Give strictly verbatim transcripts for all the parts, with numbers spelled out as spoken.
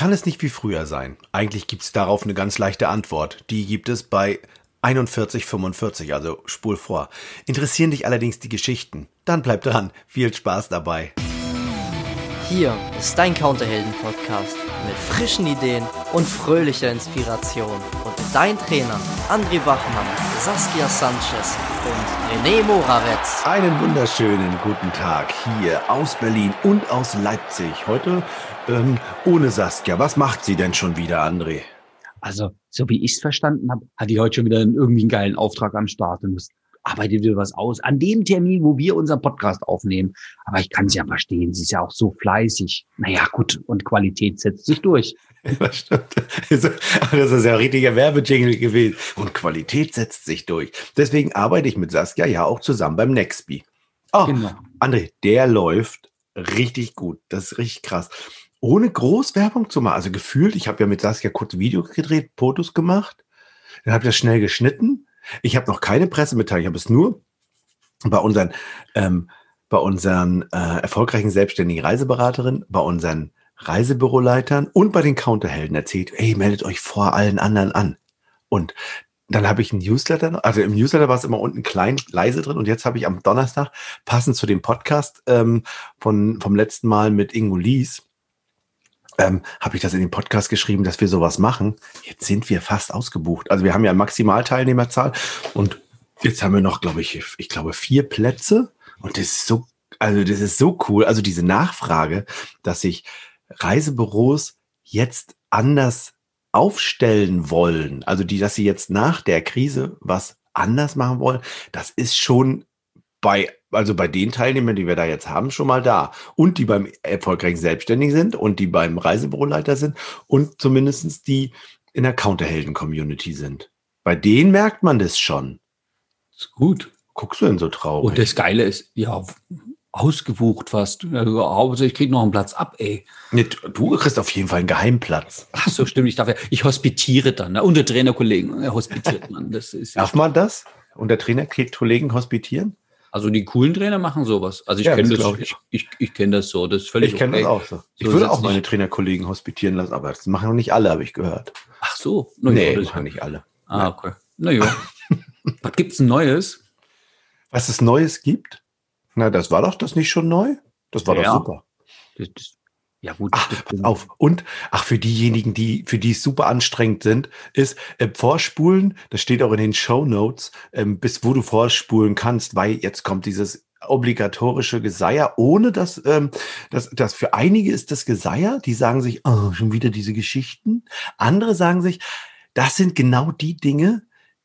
kann es nicht wie früher sein? Eigentlich gibt es darauf eine ganz leichte Antwort. Die gibt es bei einundvierzig fünfundvierzig, also spul vor. Interessieren dich allerdings die Geschichten? Dann bleib dran. Viel Spaß dabei. Hier ist dein Counterhelden-Podcast mit frischen Ideen und fröhlicher Inspiration. Und dein Trainer André Bachmann, Saskia Sanchez und René Morawetz. Einen wunderschönen guten Tag hier aus Berlin und aus Leipzig. Heute ähm, ohne Saskia. Was macht sie denn schon wieder, André? Also, so wie ich es verstanden habe, hat die heute schon wieder irgendwie einen geilen Auftrag am Start und muss arbeitet wieder was aus. An dem Termin, wo wir unseren Podcast aufnehmen. Aber ich kann es ja verstehen. Sie ist ja auch so fleißig. Naja, gut. Und Qualität setzt sich durch. Das stimmt. Das ist ja ein richtiger Werbejingle gewesen. Und Qualität setzt sich durch. Deswegen arbeite ich mit Saskia ja auch zusammen beim Nextbee. Oh, genau. André, der läuft richtig gut. Das ist richtig krass. Ohne groß Werbung zu machen. Also gefühlt, ich habe ja mit Saskia kurz Videos gedreht, Fotos gemacht. Dann habe ich das schnell geschnitten. Ich habe noch keine Pressemitteilung, ich habe es nur bei unseren, ähm, bei unseren äh, erfolgreichen selbstständigen Reiseberaterinnen, bei unseren Reisebüroleitern und bei den Counterhelden erzählt, ey, meldet euch vor allen anderen an. Und dann habe ich einen Newsletter, also im Newsletter war es immer unten klein, leise drin und jetzt habe ich am Donnerstag, passend zu dem Podcast ähm, von vom letzten Mal mit Ingo Lies, Ähm, habe ich das in den Podcast geschrieben, dass wir sowas machen. Jetzt sind wir fast ausgebucht. Also wir haben ja Maximalteilnehmerzahl und jetzt haben wir noch, glaube ich, ich glaube vier Plätze und das ist so, also das ist so cool. Also diese Nachfrage, dass sich Reisebüros jetzt anders aufstellen wollen, also die, dass sie jetzt nach der Krise was anders machen wollen, das ist schon bei Also bei den Teilnehmern, die wir da jetzt haben, schon mal da. Und die beim erfolgreichen Selbstständigen sind und die beim Reisebüroleiter sind und zumindest die in der Counterhelden-Community sind. Bei denen merkt man das schon. Ist gut. Guckst du denn so traurig? Und das Geile ist, ja, ausgebucht fast. Also ich krieg noch einen Platz ab, ey. Nee, du kriegst auf jeden Fall einen Geheimplatz. Ach so, stimmt. Ich darf ja, ich hospitiere dann. Ne? Unter Trainerkollegen hospitiert man. Das ist darf man das? Unter Trainerkollegen hospitieren? Also die coolen Trainer machen sowas. Also ich ja, kenne das, das, ich, ich, ich kenne das so. Das ist völlig Ich kenne okay. das auch so. Ich so würde auch meine nicht. Trainerkollegen hospitieren lassen, aber das machen noch nicht alle, habe ich gehört. Ach so. No, nee, ja, das machen nicht alle. Ah, okay. Na ja. Was gibt's denn Neues? Was es Neues gibt? Na, das war doch das nicht schon neu? Das war ja. doch super. Das, das, ja gut. Ach, pass auf. Und, ach, für diejenigen, die, für die es super anstrengend sind, ist äh, Vorspulen, das steht auch in den Shownotes, ähm, bis wo du vorspulen kannst, weil jetzt kommt dieses obligatorische Geseier, ohne dass, ähm, dass, dass für einige ist das Geseier, die sagen sich, oh, schon wieder diese Geschichten. Andere sagen sich, das sind genau die Dinge,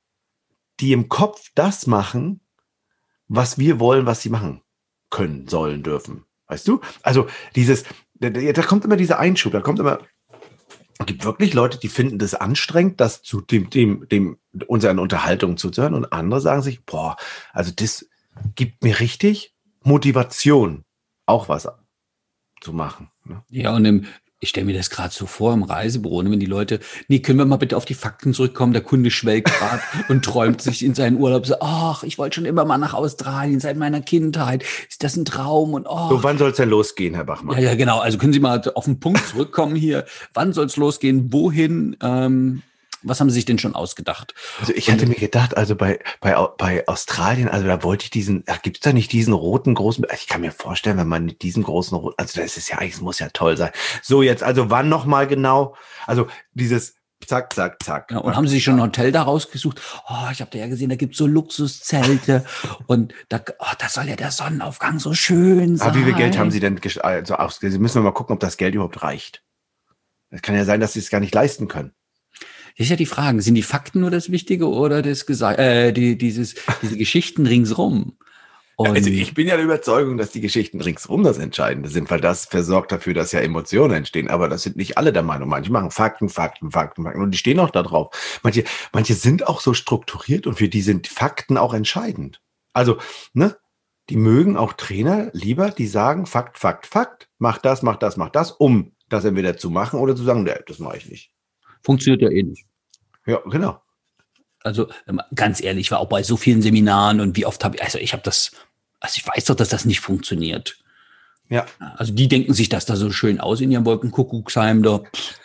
die im Kopf das machen, was wir wollen, was sie machen können, sollen, dürfen. Weißt du? Also dieses, da, da kommt immer dieser Einschub, da kommt immer, es gibt wirklich Leute, die finden das anstrengend, das zu dem, dem, dem, unseren Unterhaltungen zuzuhören und andere sagen sich, boah, also das gibt mir richtig Motivation, auch was zu machen. Ne? Ja, und im, ich stelle mir das gerade so vor im Reisebüro, ne, wenn die Leute, nee, können wir mal bitte auf die Fakten zurückkommen, der Kunde schwelgt gerade und träumt sich in seinen Urlaub so, ach, ich wollte schon immer mal nach Australien seit meiner Kindheit, ist das ein Traum und oh. So, wann soll es denn losgehen, Herr Bachmann? Ja, ja, genau, also können Sie mal auf den Punkt zurückkommen hier, wann soll es losgehen, wohin, ähm, was haben Sie sich denn schon ausgedacht? Also ich hatte mir gedacht, also bei, bei, bei Australien, also da wollte ich diesen, gibt es da nicht diesen roten großen, ich kann mir vorstellen, wenn man mit diesem großen roten, also das ist ja eigentlich, es muss ja toll sein. So jetzt, also wann nochmal genau? Also dieses zack, zack, zack. Ja, und haben Sie sich schon ein Hotel da rausgesucht? Oh, ich habe da ja gesehen, da gibt's so Luxuszelte und da, oh, da soll ja der Sonnenaufgang so schön sein. Aber wie viel Geld haben Sie denn also ausgegeben? Müssen wir mal gucken, ob das Geld überhaupt reicht. Es kann ja sein, dass Sie es gar nicht leisten können. Das ist ja die Frage, sind die Fakten nur das Wichtige oder das Gesa- äh, die, dieses, diese Geschichten ringsrum? Und also ich bin ja der Überzeugung, dass die Geschichten ringsrum das Entscheidende sind, weil das versorgt dafür, dass ja Emotionen entstehen. Aber das sind nicht alle der Meinung. Manche machen Fakten, Fakten, Fakten, Fakten und die stehen auch da drauf. Manche, manche sind auch so strukturiert und für die sind Fakten auch entscheidend. Also, ne? Die mögen auch Trainer lieber, die sagen Fakt, Fakt, Fakt, mach das, mach das, mach das, um das entweder zu machen oder zu sagen, nee, das mache ich nicht. Funktioniert ja eh nicht. Ja, genau. Also ganz ehrlich, ich war auch bei so vielen Seminaren und wie oft habe ich, also ich habe das, also ich weiß doch, dass das nicht funktioniert. Ja. Also die denken sich das da so schön aus in ihrem Wolkenkuckucksheim da.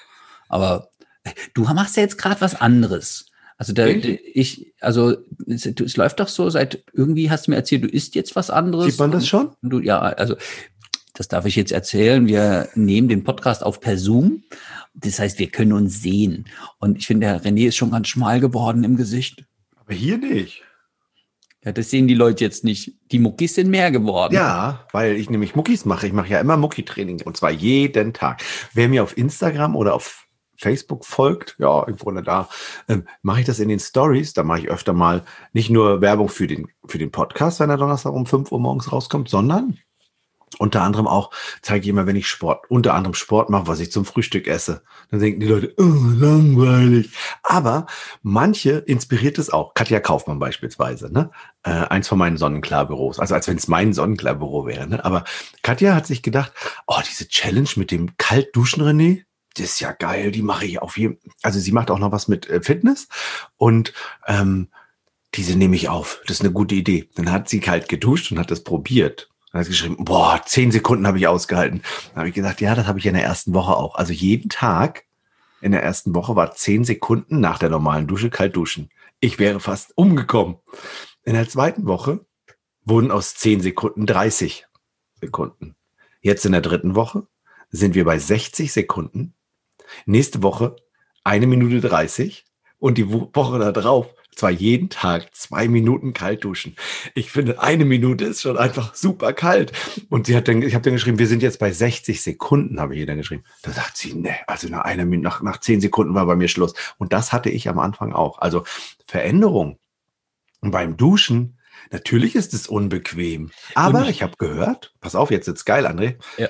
Aber du machst ja jetzt gerade was anderes. Also da, ich, also es, es läuft doch so, seit irgendwie hast du mir erzählt, du isst jetzt was anderes. Sieht man das schon? Du, ja, also das darf ich jetzt erzählen. Wir nehmen den Podcast auf per Zoom. Das heißt, wir können uns sehen. Und ich finde, der René ist schon ganz schmal geworden im Gesicht. Aber hier nicht. Ja, das sehen die Leute jetzt nicht. Die Muckis sind mehr geworden. Ja, weil ich nämlich Muckis mache. Ich mache ja immer Mucki-Training und zwar jeden Tag. Wer mir auf Instagram oder auf Facebook folgt, ja, irgendwo da, ähm, mache ich das in den Stories. Da mache ich öfter mal nicht nur Werbung für den, für den Podcast, wenn er Donnerstag um fünf Uhr morgens rauskommt, sondern unter anderem auch zeige ich immer, wenn ich Sport, unter anderem Sport mache, was ich zum Frühstück esse. Dann denken die Leute, oh, langweilig. Aber manche inspiriert es auch. Katja Kaufmann beispielsweise, ne? Äh, eins von meinen Sonnenklar-Büros. Also als wenn es mein Sonnenklar-Büro wäre. Ne? Aber Katja hat sich gedacht, oh, diese Challenge mit dem Kaltduschen, René, das ist ja geil, die mache ich auf jeden Fall. Also sie macht auch noch was mit äh, Fitness und ähm, diese nehme ich auf. Das ist eine gute Idee. Dann hat sie kalt geduscht und hat das probiert. Dann hat sie geschrieben, boah, zehn Sekunden habe ich ausgehalten. Dann habe ich gesagt, ja, das habe ich in der ersten Woche auch. Also jeden Tag in der ersten Woche war zehn Sekunden nach der normalen Dusche kalt duschen. Ich wäre fast umgekommen. In der zweiten Woche wurden aus zehn Sekunden dreißig Sekunden. Jetzt in der dritten Woche sind wir bei sechzig Sekunden. Nächste Woche eine Minute dreißig und die Woche da drauf zwar jeden Tag zwei Minuten kalt duschen. Ich finde, eine Minute ist schon einfach super kalt. Und sie hat dann, ich habe dann geschrieben, wir sind jetzt bei sechzig Sekunden, habe ich ihr dann geschrieben. Da sagt sie, ne, also nach einer Minute, nach, nach zehn Sekunden war bei mir Schluss. Und das hatte ich am Anfang auch. Also Veränderung. Und beim Duschen, natürlich ist es unbequem. Aber ich, ich habe gehört, pass auf, jetzt wird's geil, André. Ja.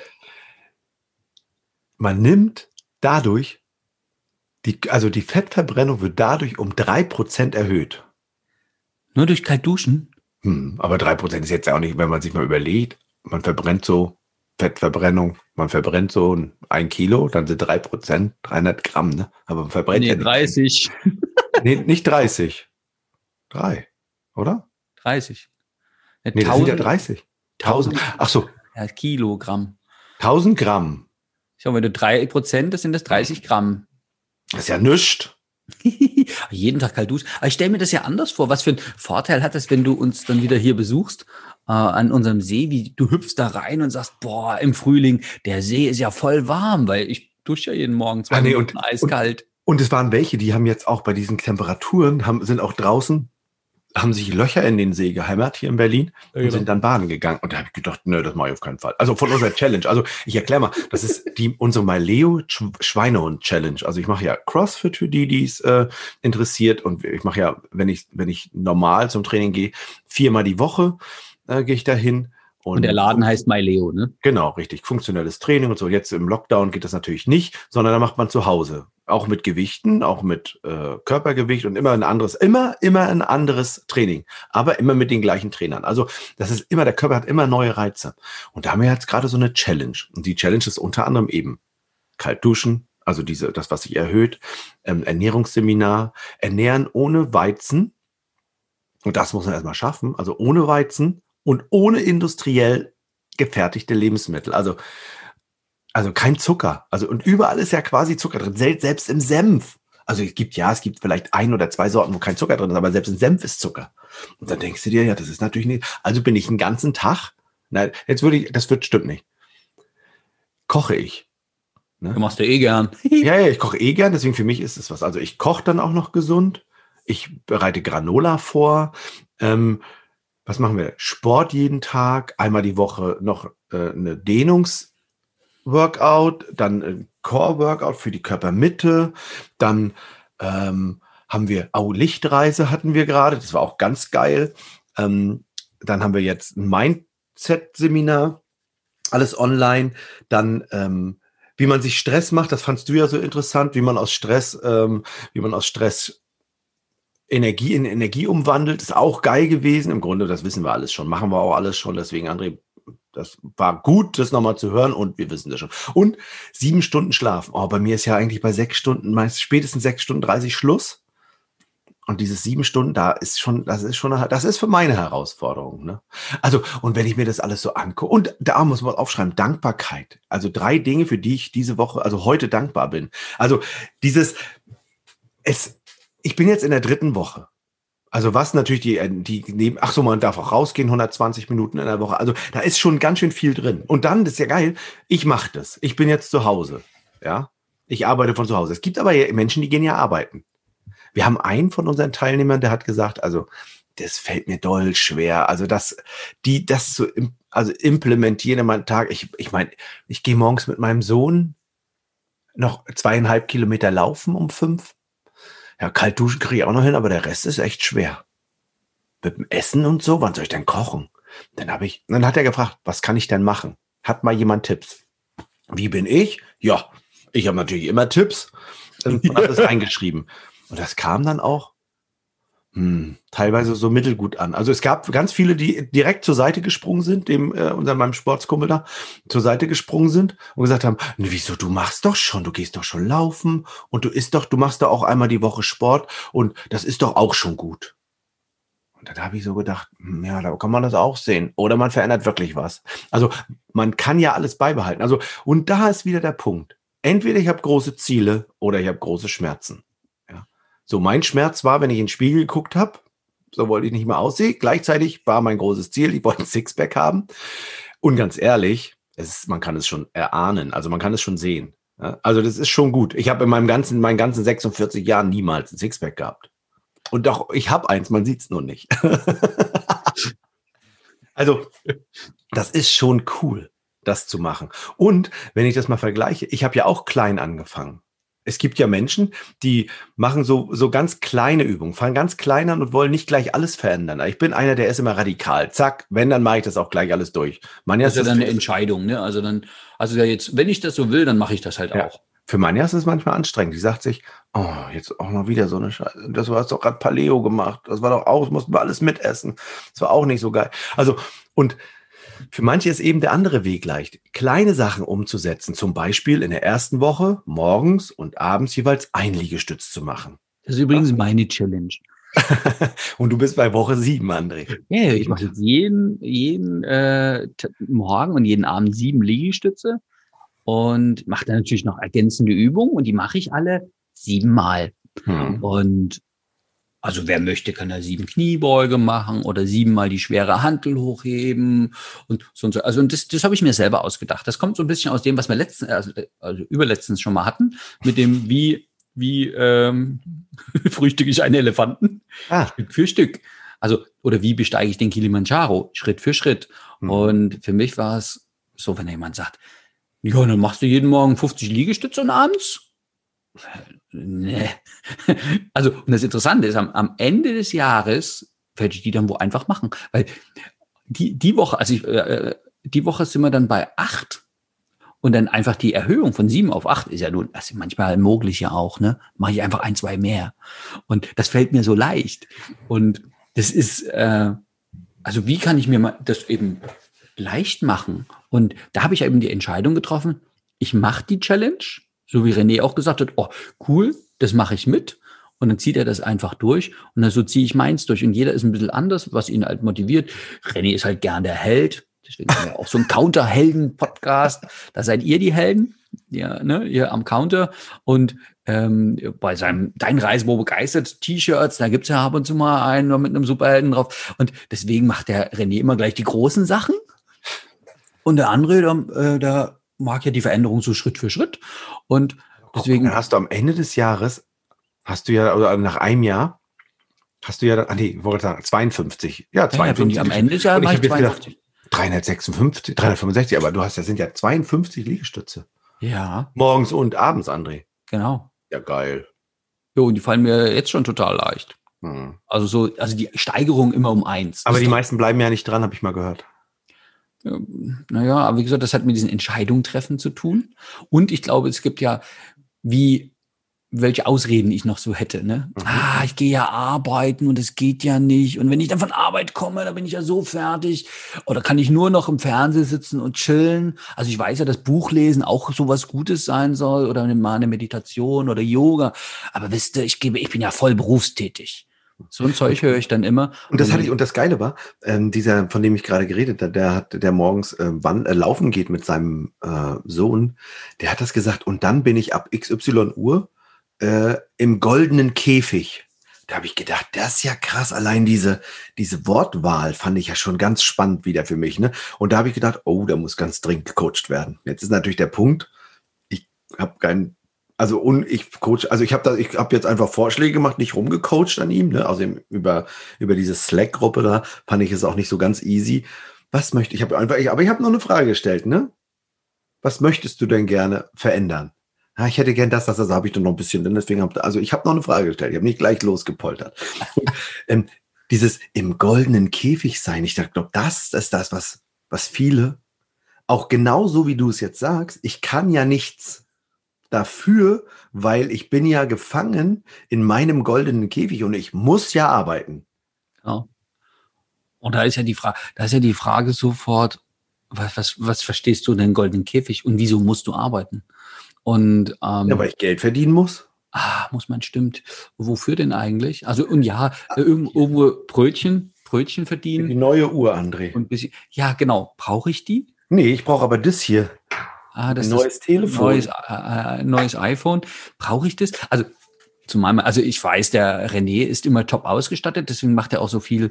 Man nimmt dadurch, die, also die Fettverbrennung wird dadurch um drei Prozent erhöht. Nur durch kalt duschen? Hm, aber drei Prozent ist jetzt ja auch nicht, wenn man sich mal überlegt, man verbrennt so Fettverbrennung, man verbrennt so ein Kilo, dann sind drei Prozent dreihundert Gramm, ne? Aber man verbrennt nee, ja nicht. dreißig. Nee, nicht dreißig. Drei, oder? dreißig. Ja, nee, das sind ja dreißig. tausend. Ach so. Ja, Kilogramm. tausend Gramm. So, wenn du drei Prozent, das sind das dreißig Gramm. Das ist ja nichts. Jeden Tag kalt duschen. Aber ich stelle mir das ja anders vor. Was für einen Vorteil hat das, wenn du uns dann wieder hier besuchst äh, an unserem See? Wie du hüpfst da rein und sagst, boah, im Frühling, der See ist ja voll warm, weil ich dusche ja jeden Morgen zwei ah, nee, Minuten und, eiskalt. Und, und es waren welche, die haben jetzt auch bei diesen Temperaturen, haben, sind auch draußen, haben sich Löcher in den See gehämmert hier in Berlin und ja, sind dann baden gegangen. Und da habe ich gedacht, nö, das mache ich auf keinen Fall. Also von unserer Challenge. Also ich erkläre mal, das ist die unsere Maleo Schweinehund Challenge. Also ich mache ja CrossFit für die, die es äh, interessiert. Und ich mache ja, wenn ich wenn ich normal zum Training gehe, viermal die Woche äh, gehe ich dahin. Und, und der Laden heißt MyLeo, ne? Genau, richtig. Funktionelles Training und so. Jetzt im Lockdown geht das natürlich nicht, sondern da macht man zu Hause. Auch mit Gewichten, auch mit äh, Körpergewicht und immer ein anderes, immer, immer ein anderes Training. Aber immer mit den gleichen Trainern. Also das ist immer, der Körper hat immer neue Reize. Und da haben wir jetzt gerade so eine Challenge. Und die Challenge ist unter anderem eben kalt duschen, also diese, das, was sich erhöht, ähm, Ernährungsseminar, ernähren ohne Weizen. Und das muss man erstmal schaffen. Also ohne Weizen und ohne industriell gefertigte Lebensmittel. Also, also kein Zucker. Also, und überall ist ja quasi Zucker drin. Selbst im Senf. Also es gibt, ja, es gibt vielleicht ein oder zwei Sorten, wo kein Zucker drin ist, aber selbst im Senf ist Zucker. Und dann denkst du dir, ja, das ist natürlich nicht. Also bin ich einen ganzen Tag, nein, jetzt würde ich, das wird, stimmt nicht. Koche ich. Ne? Du machst ja eh gern. ja, ja, ich koche eh gern, deswegen für mich ist es was. Also ich koche dann auch noch gesund. Ich bereite Granola vor. Ähm, Was machen wir? Sport jeden Tag, einmal die Woche noch äh, eine Dehnungs-Workout, dann ein Core-Workout für die Körpermitte, dann ähm, haben wir, oh, Lichtreise hatten wir gerade, das war auch ganz geil. Ähm, dann haben wir jetzt ein Mindset-Seminar, alles online. Dann, ähm, wie man sich Stress macht, das fandst du ja so interessant, wie man aus Stress, ähm, wie man aus Stress Energie in Energie umwandelt, ist auch geil gewesen. Im Grunde, das wissen wir alles schon, machen wir auch alles schon. Deswegen, André, das war gut, das nochmal zu hören und wir wissen das schon. Und sieben Stunden schlafen. Oh, bei mir ist ja eigentlich bei sechs Stunden, meist spätestens sechs Stunden dreißig Schluss. Und dieses sieben Stunden da ist schon, das ist schon, eine, das ist für meine Herausforderung. Ne? Also, und wenn ich mir das alles so angucke, und da muss man aufschreiben, Dankbarkeit. Also drei Dinge, für die ich diese Woche, also heute dankbar bin. Also dieses, es, ich bin jetzt in der dritten Woche. Also was natürlich die, die neben, ach so, man darf auch rausgehen, hundertzwanzig Minuten in der Woche. Also da ist schon ganz schön viel drin. Und dann, das ist ja geil, ich mache das. Ich bin jetzt zu Hause. Ja, ich arbeite von zu Hause. Es gibt aber Menschen, die gehen ja arbeiten. Wir haben einen von unseren Teilnehmern, der hat gesagt, also das fällt mir doll schwer. Also das, die, das zu, also implementieren in meinen Tag. Ich, ich meine, ich gehe morgens mit meinem Sohn noch zweieinhalb Kilometer laufen um fünf. Ja, kalt duschen kriege ich auch noch hin, aber der Rest ist echt schwer. Mit dem Essen und so, wann soll ich denn kochen? Dann habe ich, dann hat er gefragt, was kann ich denn machen? Hat mal jemand Tipps? Wie bin ich? Ja, ich habe natürlich immer Tipps und habe das reingeschrieben. Und das kam dann auch hm, teilweise so mittelgut an. Also es gab ganz viele, die direkt zur Seite gesprungen sind, dem äh, unserem meinem Sportskumpel da, zur Seite gesprungen sind und gesagt haben, wieso, du machst doch schon, du gehst doch schon laufen und du isst doch, du machst doch auch einmal die Woche Sport und das ist doch auch schon gut. Und dann habe ich so gedacht, hm, ja, da kann man das auch sehen. Oder man verändert wirklich was. Also man kann ja alles beibehalten. Also und da ist wieder der Punkt. Entweder ich habe große Ziele oder ich habe große Schmerzen. So, mein Schmerz war, wenn ich in den Spiegel geguckt habe, so wollte ich nicht mehr aussehen. Gleichzeitig war mein großes Ziel, ich wollte ein Sixpack haben. Und ganz ehrlich, es ist, man kann es schon erahnen, also man kann es schon sehen. Ja, also das ist schon gut. Ich habe in meinem ganzen, meinen ganzen sechsundvierzig Jahren niemals ein Sixpack gehabt. Und doch, ich habe eins, man sieht es nur nicht. Also, das ist schon cool, das zu machen. Und wenn ich das mal vergleiche, ich habe ja auch klein angefangen. Es gibt ja Menschen, die machen so, so ganz kleine Übungen, fangen ganz klein an und wollen nicht gleich alles verändern. Ich bin einer, der ist immer radikal. Zack, wenn, dann mache ich das auch gleich alles durch. Manja, das ist ja dann eine Entscheidung, ne? Also dann, also ja jetzt, wenn ich das so will, dann mache ich das halt ja. auch. Für Manja ist es manchmal anstrengend. Die sagt sich, oh, jetzt auch mal wieder so eine Scheiße. Das war doch gerade Paleo gemacht. Das war doch auch, das mussten wir alles mitessen. Das war auch nicht so geil. Also, und für manche ist eben der andere Weg leicht, kleine Sachen umzusetzen, zum Beispiel in der ersten Woche morgens und abends jeweils ein Liegestütz zu machen. Das ist übrigens ja. meine Challenge. Und du bist bei Woche sieben, André. Ja, ich mache jetzt jeden, jeden äh, Morgen und jeden Abend sieben Liegestütze und mache dann natürlich noch ergänzende Übungen und die mache ich alle siebenmal. Hm. Und also wer möchte, kann da sieben Kniebeuge machen oder siebenmal die schwere Hantel hochheben und so und so. Also und das, das habe ich mir selber ausgedacht. Das kommt so ein bisschen aus dem, was wir letztens, also, also überletztens schon mal hatten, mit dem wie wie ähm, frühstücke ich einen Elefanten ah. Stück für Stück. Also oder wie besteige ich den Kilimanjaro Schritt für Schritt. Mhm. Und für mich war es so, wenn jemand sagt, ja, dann machst du jeden Morgen fünfzig Liegestütze und abends. Nee. Also, und das Interessante ist, am, am Ende des Jahres werde ich die dann wohl einfach machen. Weil die, die Woche, also ich, äh, die Woche sind wir dann bei acht und dann einfach die Erhöhung von sieben auf acht ist ja nun, das ist manchmal möglich ja auch, ne? Mache ich einfach ein, zwei mehr. Und das fällt mir so leicht. Und das ist, äh, also wie kann ich mir mal das eben leicht machen? Und da habe ich eben die Entscheidung getroffen, ich mache die Challenge, so wie René auch gesagt hat, oh, cool, das mache ich mit. Und dann zieht er das einfach durch. Und dann so ziehe ich meins durch. Und jeder ist ein bisschen anders, was ihn halt motiviert. René ist halt gern der Held. Deswegen haben wir auch so einen Counter-Helden-Podcast. Da seid ihr die Helden. Ja, ne, ihr am Counter. Und ähm, bei seinem Dein Reisebüro begeistert T-Shirts, da gibt's ja ab und zu mal einen mit einem Superhelden drauf. Und deswegen macht der René immer gleich die großen Sachen. Und der andere, der, der mag ja die Veränderung so Schritt für Schritt. Und deswegen. Dann hast du am Ende des Jahres, hast du ja, oder nach einem Jahr, hast du ja, ah nee, ich wollte sagen, zweiundfünfzig. Ja, zweiundfünfzig. Ja, am Ende des Jahres mache ich zweiundfünfzig. dreihundertsechsundfünfzig, dreihundertfünfundsechzig, aber du hast, das sind ja zweiundfünfzig Liegestütze. Ja. Morgens und abends, André. Genau. Ja, geil. Jo, und die fallen mir jetzt schon total leicht. Hm. Also so, also die Steigerung immer um eins. Aber die meisten bleiben ja nicht dran, habe ich mal gehört. Naja, aber wie gesagt, das hat mit diesen Entscheidungen treffen zu tun. Und ich glaube, es gibt ja, wie, welche Ausreden ich noch so hätte, ne? Mhm. Ah, ich gehe ja arbeiten und es geht ja nicht. Und wenn ich dann von Arbeit komme, dann bin ich ja so fertig. Oder kann ich nur noch im Fernsehen sitzen und chillen? Also ich weiß ja, dass Buchlesen auch sowas Gutes sein soll oder mal eine Meditation oder Yoga. Aber wisst ihr, ich gebe, ich bin ja voll berufstätig. So ein Zeug höre ich dann immer. Und das hatte ich, und das Geile war, ähm, dieser, von dem ich gerade geredet habe, der hat, der morgens äh, wann, äh, laufen geht mit seinem äh, Sohn, der hat das gesagt, und dann bin ich ab X Y Uhr äh, im goldenen Käfig. Da habe ich gedacht, das ist ja krass, allein diese, diese Wortwahl fand ich ja schon ganz spannend wieder für mich, ne? Und da habe ich gedacht, oh, da muss ganz dringend gecoacht werden. Jetzt ist natürlich der Punkt, ich habe keinen, also und ich coach, also ich habe da, ich habe jetzt einfach Vorschläge gemacht, nicht rumgecoacht an ihm, ne? Also über über diese Slack-Gruppe da fand ich es auch nicht so ganz easy. Was möchte ich? Habe einfach, ich, aber ich habe noch eine Frage gestellt, ne? Was möchtest du denn gerne verändern? Ja, ich hätte gern das, das, das habe ich dann noch ein bisschen, denn deswegen habe also ich habe noch eine Frage gestellt. Ich habe nicht gleich losgepoltert. Und, ähm, dieses im goldenen Käfig sein, ich dachte, das ist das, was was viele auch genauso wie du es jetzt sagst. Ich kann ja nichts dafür, weil ich bin ja gefangen in meinem goldenen Käfig und ich muss ja arbeiten. Ja. Und da ist ja die Frage, da ist ja die Frage sofort, was, was, was verstehst du denn goldenen Käfig und wieso musst du arbeiten? Und ähm, ja, weil ich Geld verdienen muss. Ah, muss man, stimmt. Wofür denn eigentlich? Also und ja, irgendwo Brötchen, Brötchen verdienen. Die neue Uhr, André. Und bisschen, ja, genau. Brauche ich die? Nee, ich brauche aber das hier. Ah, das ein neues ist Telefon. Neues, äh, neues iPhone. Brauche ich das? Also zu meinem, also ich weiß, der René ist immer top ausgestattet, deswegen macht er auch so viel.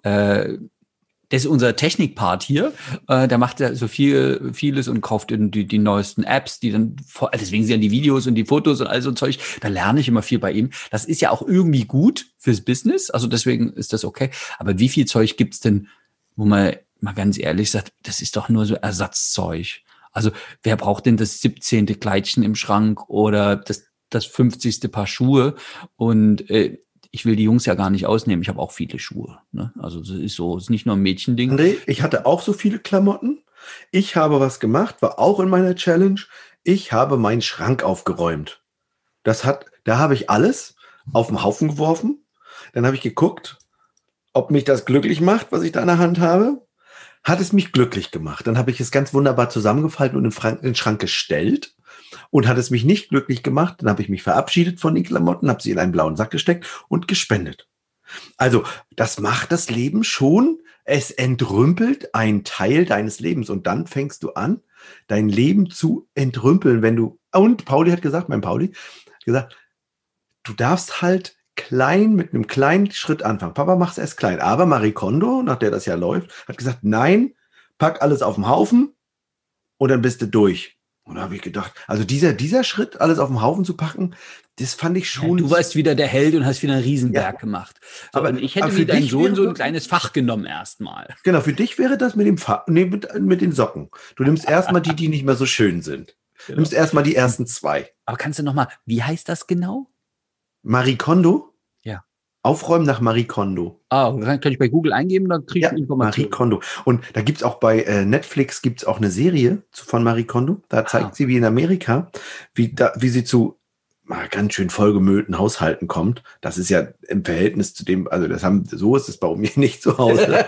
Äh, das ist unser Technik-Part hier. Äh, der macht ja so viel, vieles und kauft die, die neuesten Apps, die dann, vor, deswegen sind ja die Videos und die Fotos und all so ein Zeug. Da lerne ich immer viel bei ihm. Das ist ja auch irgendwie gut fürs Business. Also deswegen ist das okay. Aber wie viel Zeug gibt's denn, wo man mal ganz ehrlich sagt, das ist doch nur so Ersatzzeug. Also wer braucht denn das siebzehnte Kleidchen im Schrank oder das, das fünfzigste Paar Schuhe? Und äh, ich will die Jungs ja gar nicht ausnehmen. Ich habe auch viele Schuhe. Ne? Also das ist so, es ist nicht nur ein Mädchending. André, ich hatte auch so viele Klamotten. Ich habe was gemacht, war auch in meiner Challenge. Ich habe meinen Schrank aufgeräumt. Das hat, da habe ich alles auf den Haufen geworfen. Dann habe ich geguckt, ob mich das glücklich macht, was ich da in der Hand habe. Hat es mich glücklich gemacht. Dann habe ich es ganz wunderbar zusammengefaltet und in den Schrank gestellt. Und hat es mich nicht glücklich gemacht, dann habe ich mich verabschiedet von den Klamotten, habe sie in einen blauen Sack gesteckt und gespendet. Also das macht das Leben schon. Es entrümpelt einen Teil deines Lebens. Und dann fängst du an, dein Leben zu entrümpeln, wenn du, und Pauli hat gesagt, mein Pauli, hat gesagt, du darfst halt klein, mit einem kleinen Schritt anfangen. Papa macht es erst klein. Aber Marie Kondo, nach der das ja läuft, hat gesagt, nein, pack alles auf den Haufen und dann bist du durch. Und da habe ich gedacht, also dieser, dieser Schritt, alles auf den Haufen zu packen, das fand ich schon. Ja, du warst wieder der Held und hast wieder einen Riesenberg ja. gemacht. So, aber ich hätte mir deinen Sohn so ein kleines Fach genommen erstmal. Genau, für dich wäre das mit dem Fach, nee, mit, mit den Socken. Du nimmst erstmal die, die nicht mehr so schön sind. Du nimmst erstmal die ersten zwei. Aber kannst du nochmal, wie heißt das genau? Marie Kondo? Ja. Aufräumen nach Marie Kondo. Ah, kann, kann ich bei Google eingeben, dann kriege ich ja, Informationen. Marie Kondo. Und da gibt's auch bei äh, Netflix gibt's auch eine Serie zu, von Marie Kondo. Da zeigt ah. sie, wie in Amerika, wie, da, wie sie zu mal ganz schön vollgemüllten Haushalten kommt. Das ist ja im Verhältnis zu dem, also das haben, so ist es bei mir nicht zu Hause.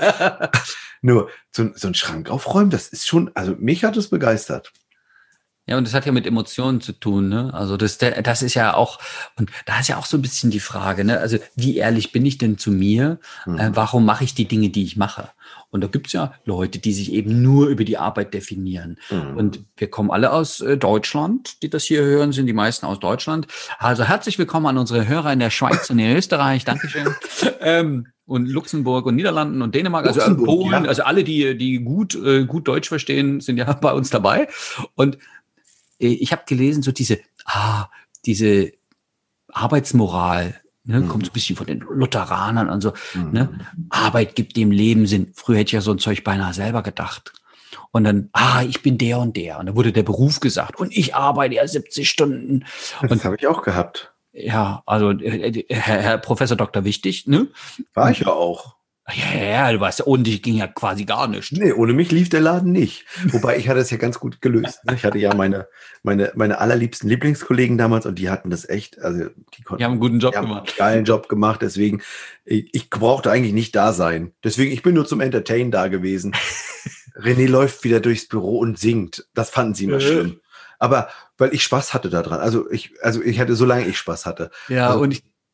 Nur so, so ein Schrank aufräumen, das ist schon, also mich hat es begeistert. Ja, und das hat ja mit Emotionen zu tun, ne? Also das, das ist ja auch, und da ist ja auch so ein bisschen die Frage, ne? Also wie ehrlich bin ich denn zu mir? Mhm. Äh, warum mache ich die Dinge, die ich mache? Und da gibt's ja Leute, die sich eben nur über die Arbeit definieren. Mhm. Und wir kommen alle aus äh, Deutschland, die das hier hören, sind die meisten aus Deutschland. Also herzlich willkommen an unsere Hörer in der Schweiz und in Österreich. Dankeschön. ähm, und Luxemburg und Niederlanden und Dänemark, also Polen, ja. Also alle, die die gut äh, gut Deutsch verstehen, sind ja bei uns dabei. Und ich habe gelesen, so diese, ah, diese Arbeitsmoral, ne, mhm. kommt so ein bisschen von den Lutheranern und so, mhm. ne, Arbeit gibt dem Leben Sinn. Früher hätte ich ja so ein Zeug beinahe selber gedacht. Und dann, ah, ich bin der und der. Und dann wurde der Beruf gesagt. Und ich arbeite ja siebzig Stunden. Und das habe ich auch gehabt. Ja, also äh, Herr, Herr Professor Doktor Wichtig, ne? War ich ja auch. Ja, ja, du weißt ja, ohne dich ging ja quasi gar nichts. Nee, ohne mich lief der Laden nicht. Wobei ich hatte es ja ganz gut gelöst. Ich hatte ja meine, meine, meine allerliebsten Lieblingskollegen damals und die hatten das echt, also die konnten. Die haben einen guten Job die haben gemacht. Einen geilen Job gemacht, deswegen, ich, ich brauchte eigentlich nicht da sein. Deswegen, ich bin nur zum Entertain da gewesen. René läuft wieder durchs Büro und singt. Das fanden sie immer äh. schlimm. Aber weil ich Spaß hatte daran. Also ich, also ich hatte, solange ich Spaß hatte. Ja, also, und ich,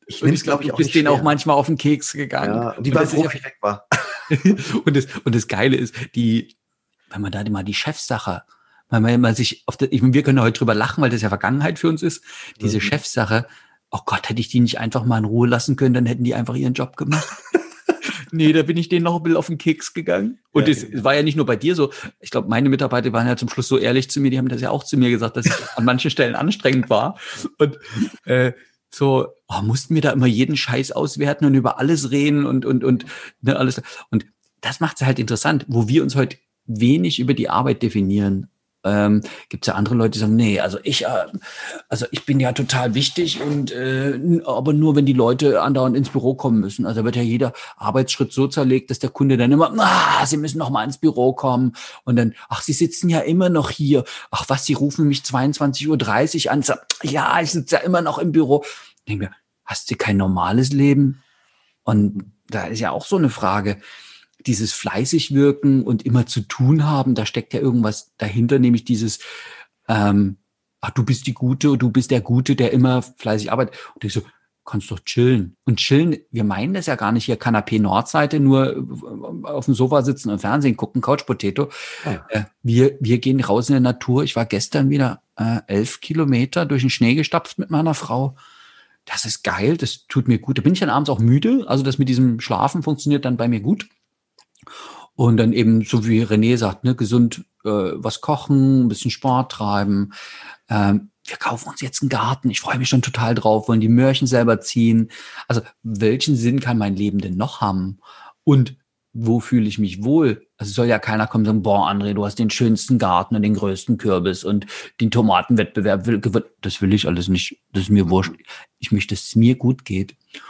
Ich und ich glaube, ich du bist denen auch manchmal auf den Keks gegangen. Ja, und die waren froh, dass ich weg war. und, das, und das Geile ist, die, wenn man da mal die Chefsache, weil man, man sich auf der, ich meine, wir können heute drüber lachen, weil das ja Vergangenheit für uns ist, diese mhm. Chefsache, oh Gott, hätte ich die nicht einfach mal in Ruhe lassen können, dann hätten die einfach ihren Job gemacht. Nee, da bin ich denen noch ein bisschen auf den Keks gegangen. Und es ja, ja. war ja nicht nur bei dir so. Ich glaube, meine Mitarbeiter waren ja zum Schluss so ehrlich zu mir, die haben das ja auch zu mir gesagt, dass es an manchen Stellen anstrengend war. Und äh, so, oh, mussten wir da immer jeden Scheiß auswerten und über alles reden und und und ne, alles. Und das macht es halt interessant, wo wir uns heute wenig über die Arbeit definieren. Ähm, gibt es ja andere Leute, die sagen, nee, also ich, äh, also ich bin ja total wichtig und äh, aber nur, wenn die Leute andauernd ins Büro kommen müssen. Also wird ja jeder Arbeitsschritt so zerlegt, dass der Kunde dann immer, ah, sie müssen noch mal ins Büro kommen und dann, ach, sie sitzen ja immer noch hier. Ach was, sie rufen mich zweiundzwanzig Uhr dreißig an. Ja, ich sitze ja immer noch im Büro. Ich denke mir, hast du kein normales Leben? Und da ist ja auch so eine Frage. Dieses fleißig wirken und immer zu tun haben, da steckt ja irgendwas dahinter, nämlich dieses, ähm, ach, du bist die Gute, du bist der Gute, der immer fleißig arbeitet. Und ich so, kannst doch chillen. Und chillen, wir meinen das ja gar nicht hier Kanapee Nordseite, nur auf dem Sofa sitzen und Fernsehen gucken, Couch Potato. Ja. Äh, wir, wir gehen raus in der Natur. Ich war gestern wieder äh, elf Kilometer durch den Schnee gestapft mit meiner Frau. Das ist geil, das tut mir gut. Da bin ich dann abends auch müde. Also das mit diesem Schlafen funktioniert dann bei mir gut. Und dann eben, so wie René sagt, ne, gesund äh, was kochen, ein bisschen Sport treiben. Ähm, wir kaufen uns jetzt einen Garten. Ich freue mich schon total drauf, wollen die Möhrchen selber ziehen. Also welchen Sinn kann mein Leben denn noch haben? Und wo fühle ich mich wohl? Also soll ja keiner kommen und sagen, boah, André, du hast den schönsten Garten und den größten Kürbis und den Tomatenwettbewerb. Das will ich alles nicht. Das ist mir wurscht. Ich möchte, dass es mir gut geht.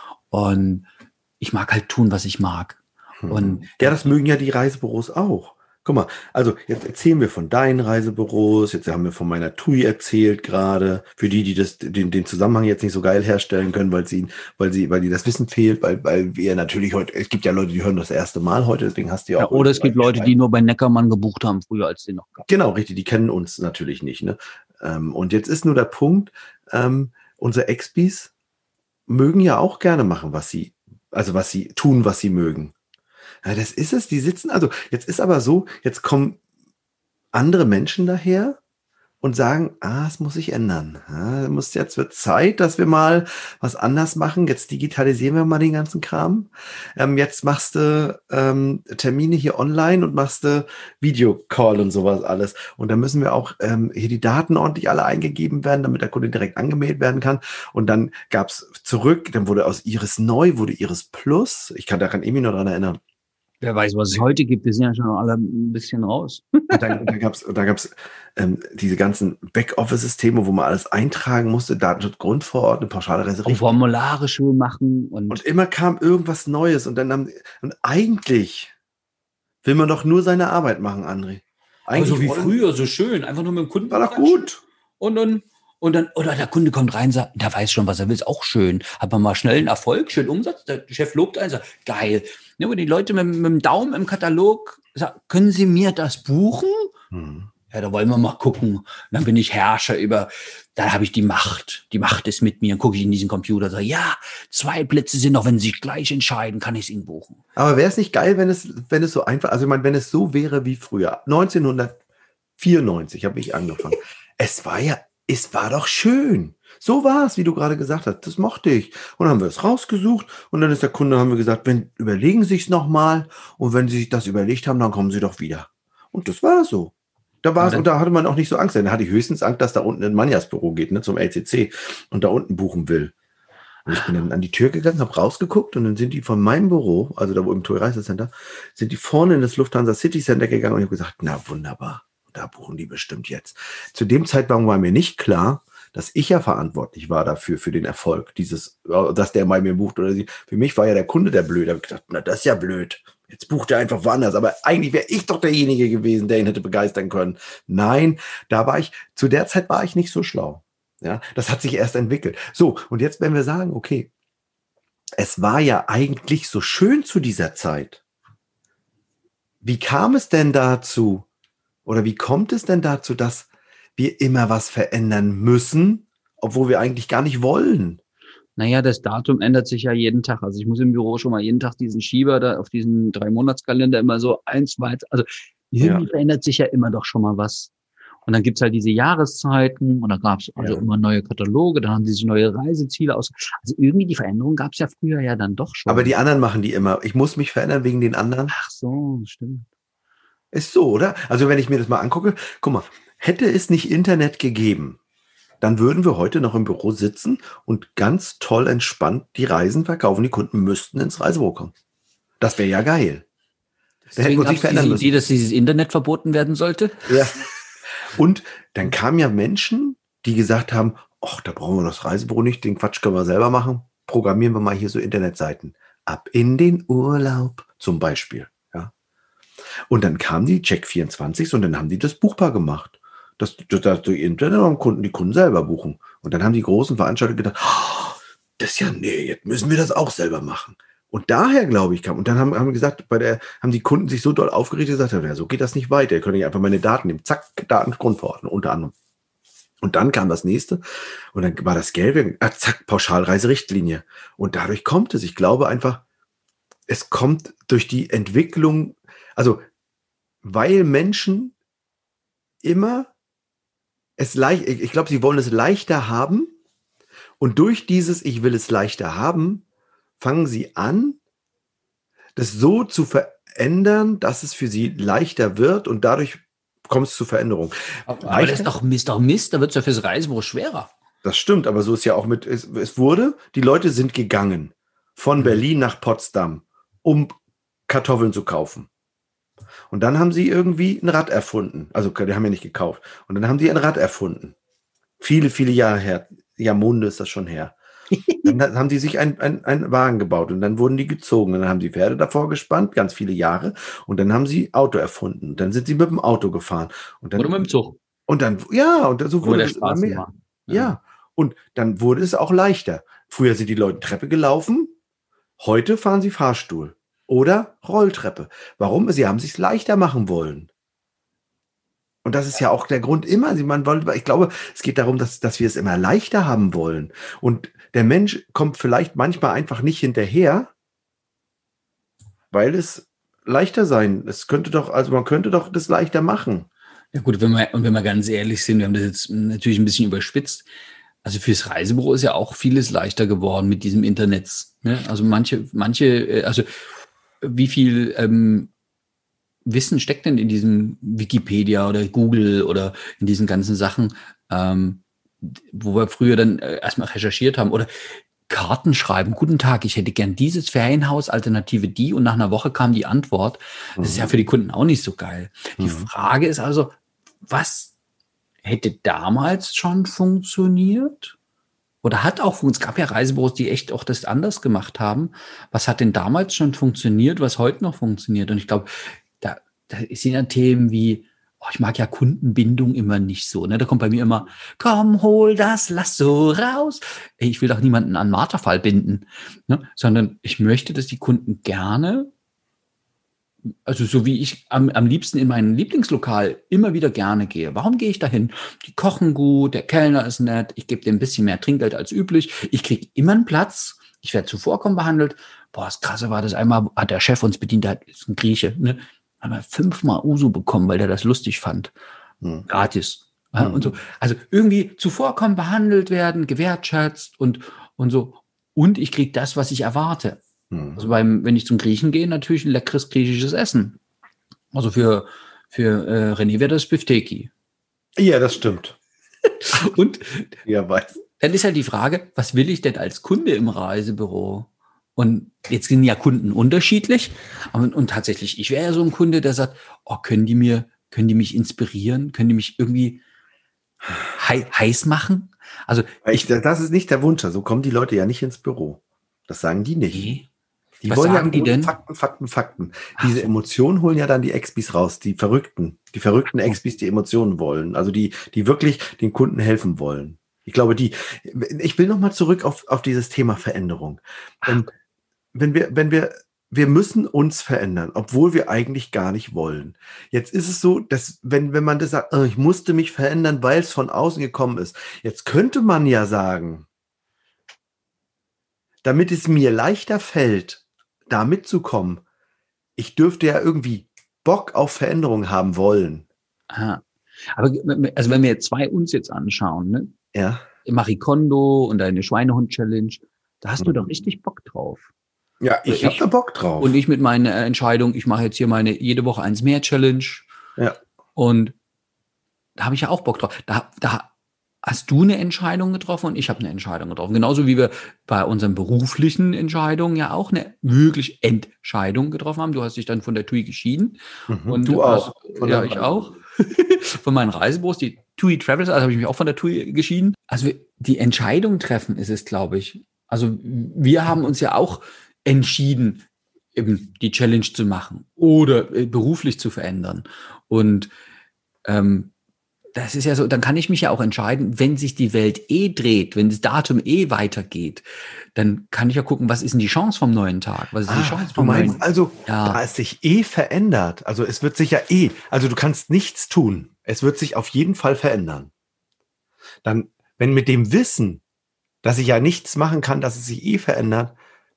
Und ich mag halt tun, was ich mag. Und ja, das mögen ja die Reisebüros auch. Guck mal, also jetzt erzählen wir von deinen Reisebüros, jetzt haben wir von meiner T U I erzählt gerade, für die, die das, den, den Zusammenhang jetzt nicht so geil herstellen können, weil sie, weil sie, weil die das Wissen fehlt, weil, weil wir natürlich heute, es gibt ja Leute, die hören das erste Mal heute, deswegen hast du ja auch. Ja, oder es gibt Leute, die nur bei Neckermann gebucht haben, früher als den noch gab. Genau, richtig, die kennen uns natürlich nicht, ne? Und jetzt ist nur der Punkt, ähm, unsere Expis mögen ja auch gerne machen, was sie, also was sie tun, was sie mögen. Ja, das ist es, die sitzen, also jetzt ist aber so, jetzt kommen andere Menschen daher und sagen, ah, es muss sich ändern. Ja, muss, jetzt wird Zeit, dass wir mal was anders machen. Jetzt digitalisieren wir mal den ganzen Kram. Ähm, jetzt machst du ähm, Termine hier online und machst du Videocall und sowas alles. Und da müssen wir auch ähm, hier die Daten ordentlich alle eingegeben werden, damit der Kunde direkt angemeldet werden kann. Und dann gab's zurück, dann wurde aus Iris Neu, wurde Iris Plus. Ich kann daran irgendwie noch dran erinnern. Wer weiß, was es heute gibt, wir sind ja schon alle ein bisschen raus. Und dann, dann gab's, da gab's ähm, diese ganzen Backoffice-Systeme, wo man alles eintragen musste, Datenschutz, Grundverordnung, pauschale Reservierung. Und Formulare schon machen. Und, und immer kam irgendwas Neues. Und dann haben, und eigentlich will man doch nur seine Arbeit machen, André. Eigentlich so wie früher, so schön. Einfach nur mit dem Kunden. War doch gut. Und dann, und dann, oder der Kunde kommt rein und sagt, der weiß schon, was er will, ist auch schön. Hat man mal schnell einen Erfolg, schön Umsatz, der Chef lobt einen, sagt, geil. Ne, wo die Leute mit, mit dem Daumen im Katalog sagen, können Sie mir das buchen? Hm. Ja, da wollen wir mal gucken. Und dann bin ich Herrscher über, da habe ich die Macht. Die Macht ist mit mir. Dann gucke ich in diesen Computer und sage, ja, zwei Plätze sind noch, wenn Sie sich gleich entscheiden, kann ich es Ihnen buchen. Aber wäre es nicht geil, wenn es, wenn es so einfach, also ich meine, wenn es so wäre wie früher, neunzehnhundertvierundneunzig habe ich angefangen. Es war ja, es war doch schön. So war es, wie du gerade gesagt hast. Das mochte ich. Und dann haben wir es rausgesucht und dann ist der Kunde, haben wir gesagt, wenn, überlegen Sie es nochmal und wenn Sie sich das überlegt haben, dann kommen Sie doch wieder. Und das war so. Da war es, und da hatte man auch nicht so Angst. Da hatte ich höchstens Angst, dass da unten in Manjas Büro geht, ne, zum L C C und da unten buchen will. Und ich bin dann an die Tür gegangen, habe rausgeguckt und dann sind die von meinem Büro, also da wo im Toy Reisecenter, sind die vorne in das Lufthansa City Center gegangen und ich habe gesagt, na wunderbar, da buchen die bestimmt jetzt. Zu dem Zeitpunkt war mir nicht klar, dass ich ja verantwortlich war dafür, für den Erfolg dieses, dass der bei mir bucht oder sie. Für mich war ja der Kunde der Blöde. Da habe ich gedacht, na, das ist ja blöd. Jetzt bucht er einfach woanders. Aber eigentlich wäre ich doch derjenige gewesen, der ihn hätte begeistern können. Nein, da war ich, zu der Zeit war ich nicht so schlau. Ja, das hat sich erst entwickelt. So, und jetzt, wenn wir sagen, okay, es war ja eigentlich so schön zu dieser Zeit. Wie kam es denn dazu? Oder wie kommt es denn dazu, dass wir immer was verändern müssen, obwohl wir eigentlich gar nicht wollen? Naja, das Datum ändert sich ja jeden Tag. Also ich muss im Büro schon mal jeden Tag diesen Schieber da auf diesen Drei-Monats-Kalender immer so eins weiter. Also irgendwie ja. verändert sich ja immer doch schon mal was. Und dann gibt's halt diese Jahreszeiten und dann gab's also ja. immer neue Kataloge, dann haben die sich neue Reiseziele aus. Also irgendwie die Veränderung gab's ja früher ja dann doch schon. Aber die anderen machen die immer. Ich muss mich verändern wegen den anderen. Ach so, stimmt. Ist so, oder? Also wenn ich mir das mal angucke, guck mal, hätte es nicht Internet gegeben, dann würden wir heute noch im Büro sitzen und ganz toll entspannt die Reisen verkaufen. Die Kunden müssten ins Reisebüro kommen. Das wäre ja geil. Da hätten wir sich verändern müssen. Idee, dass dieses Internet verboten werden sollte. Ja. Und dann kamen ja Menschen, die gesagt haben, ach, da brauchen wir das Reisebüro nicht, den Quatsch können wir selber machen. Programmieren wir mal hier so Internetseiten. Ab in den Urlaub zum Beispiel. Ja. Und dann kamen die Check vierundzwanzig und dann haben die das buchbar gemacht. Das, das, das durch Internet und Kunden, die Kunden selber buchen. Und dann haben die großen Veranstalter gedacht, oh, das ist ja, nee, jetzt müssen wir das auch selber machen. Und daher, glaube ich, kam, und dann haben, haben gesagt, bei der, haben die Kunden sich so doll aufgeregt, gesagt, ja, so geht das nicht weiter. Ihr könnt nicht einfach meine Daten nehmen. Zack, Datengrundverordnung, unter anderem. Und dann kam das nächste, und dann war das Gelbe, ah, zack, Pauschalreiserichtlinie. Und dadurch kommt es. Ich glaube einfach, es kommt durch die Entwicklung, also, weil Menschen immer es leicht, ich glaube, sie wollen es leichter haben, und durch dieses Ich will es leichter haben, fangen sie an, das so zu verändern, dass es für sie leichter wird, und dadurch kommt es zu Veränderung. Aber, aber das ist doch Mist, doch Mist, da wird es ja fürs Reisebüro schwerer. Das stimmt, aber so ist ja auch mit, es, es wurde, die Leute sind gegangen von Berlin nach Potsdam, um Kartoffeln zu kaufen. Und dann haben sie irgendwie ein Rad erfunden. Also, die haben ja nicht gekauft. Und dann haben sie ein Rad erfunden. Viele, viele Jahre her. Jahrmunde ist das schon her. Dann haben die sich ein, ein, ein Wagen gebaut und dann wurden die gezogen. Und dann haben sie Pferde davor gespannt, ganz viele Jahre. Und dann haben sie Auto erfunden. Und dann sind sie mit dem Auto gefahren. Und dann, oder mit dem Zug. Und dann, ja, und so wurde es immer mehr. Ja. ja, und dann wurde es auch leichter. Früher sind die Leute Treppe gelaufen. Heute fahren sie Fahrstuhl. Oder Rolltreppe. Warum? Sie haben es sich leichter machen wollen. Und das ist ja auch der Grund immer. Man wollte, ich glaube, es geht darum, dass, dass wir es immer leichter haben wollen. Und der Mensch kommt vielleicht manchmal einfach nicht hinterher, weil es leichter sein. Es könnte doch, also man könnte doch das leichter machen. Ja gut, wenn wir, und wenn wir ganz ehrlich sind, wir haben das jetzt natürlich ein bisschen überspitzt. Also fürs Reisebüro ist ja auch vieles leichter geworden mit diesem Internet. Ne? Also manche, manche, also wie viel ähm, Wissen steckt denn in diesem Wikipedia oder Google oder in diesen ganzen Sachen, ähm, wo wir früher dann äh, erstmal recherchiert haben oder Karten schreiben. Guten Tag, ich hätte gern dieses Ferienhaus, Alternative die, und nach einer Woche kam die Antwort. Das mhm. ist ja für die Kunden auch nicht so geil. Mhm. Die Frage ist also, was hätte damals schon funktioniert? Oder hat auch, es gab ja Reisebüros, die echt auch das anders gemacht haben. Was hat denn damals schon funktioniert, was heute noch funktioniert? Und ich glaube, da, da sind ja Themen wie, oh, ich mag ja Kundenbindung immer nicht so. Ne? Da kommt bei mir immer, komm, hol das Lasso raus. Ey, ich will doch niemanden an Marterfall binden. Ne? Sondern ich möchte, dass die Kunden gerne, also so wie ich am, am liebsten in mein Lieblingslokal immer wieder gerne gehe. Warum gehe ich dahin? Die kochen gut, der Kellner ist nett, ich gebe dem ein bisschen mehr Trinkgeld als üblich, ich kriege immer einen Platz, ich werde zuvorkommen behandelt. Boah, das Krasse war, das einmal hat der Chef uns bedient, der ist ein Grieche, ne? Haben wir fünfmal Uso bekommen, weil der das lustig fand. Hm. Gratis. Ja, hm. Und so. Also irgendwie zuvorkommen behandelt werden, gewertschätzt und, und so. Und ich kriege das, was ich erwarte. Also beim, wenn ich zum Griechen gehe, natürlich ein leckeres griechisches Essen. Also für, für äh, René wäre das Bifteki. Ja, das stimmt. Und ja, weiß. Dann ist halt die Frage, was will ich denn als Kunde im Reisebüro? Und jetzt sind ja Kunden unterschiedlich. Und, und tatsächlich, ich wäre ja so ein Kunde, der sagt, oh, können die mir, können die mich inspirieren? Können die mich irgendwie hei- heiß machen? Also ich, das ist nicht der Wunsch. So kommen die Leute ja nicht ins Büro. Das sagen die nicht. Nee. Die Was wollen sagen ja die denn? Fakten, Fakten, Fakten. Diese Emotionen holen ja dann die Expis raus, die Verrückten. Die verrückten Expis, die Emotionen wollen. Also die, die wirklich den Kunden helfen wollen. Ich glaube, die, ich will nochmal zurück auf, auf dieses Thema Veränderung. Ähm, wenn wir, wenn wir, wir müssen uns verändern, obwohl wir eigentlich gar nicht wollen. Jetzt ist es so, dass wenn, wenn man das sagt, oh, ich musste mich verändern, weil es von außen gekommen ist. Jetzt könnte man ja sagen, damit es mir leichter fällt, da mitzukommen, ich dürfte ja irgendwie Bock auf Veränderung haben wollen. Aha. Aber also wenn wir jetzt zwei uns jetzt anschauen, ne? Ja. Marie Kondo und deine Schweinehund-Challenge, da hast mhm. du doch richtig Bock drauf. Ja, ich, ich habe da Bock drauf. Und ich mit meiner Entscheidung, ich mache jetzt hier meine jede Woche eins mehr Challenge. Ja. Und da habe ich ja auch Bock drauf. Da, da hast du eine Entscheidung getroffen und ich habe eine Entscheidung getroffen. Genauso wie wir bei unseren beruflichen Entscheidungen ja auch eine wirklich Entscheidung getroffen haben. Du hast dich dann von der T U I geschieden. Mhm, und du auch. Also, ja, ich auch. Von meinen Reisebüros, die T U I Travels, also habe ich mich auch von der T U I geschieden. Also die Entscheidung treffen ist es, glaube ich. Also wir haben uns ja auch entschieden, eben die Challenge zu machen oder äh, beruflich zu verändern. Und ähm, das ist ja so, dann kann ich mich ja auch entscheiden, wenn sich die Welt eh dreht, wenn das Datum eh weitergeht, dann kann ich ja gucken, was ist denn die Chance vom neuen Tag? Was ist ah, die Chance vom vom neuen neuen? Also, ja. Da es sich eh verändert, also es wird sich ja eh, also du kannst nichts tun, es wird sich auf jeden Fall verändern. Dann, wenn mit dem Wissen, dass ich ja nichts machen kann, dass es sich eh verändert,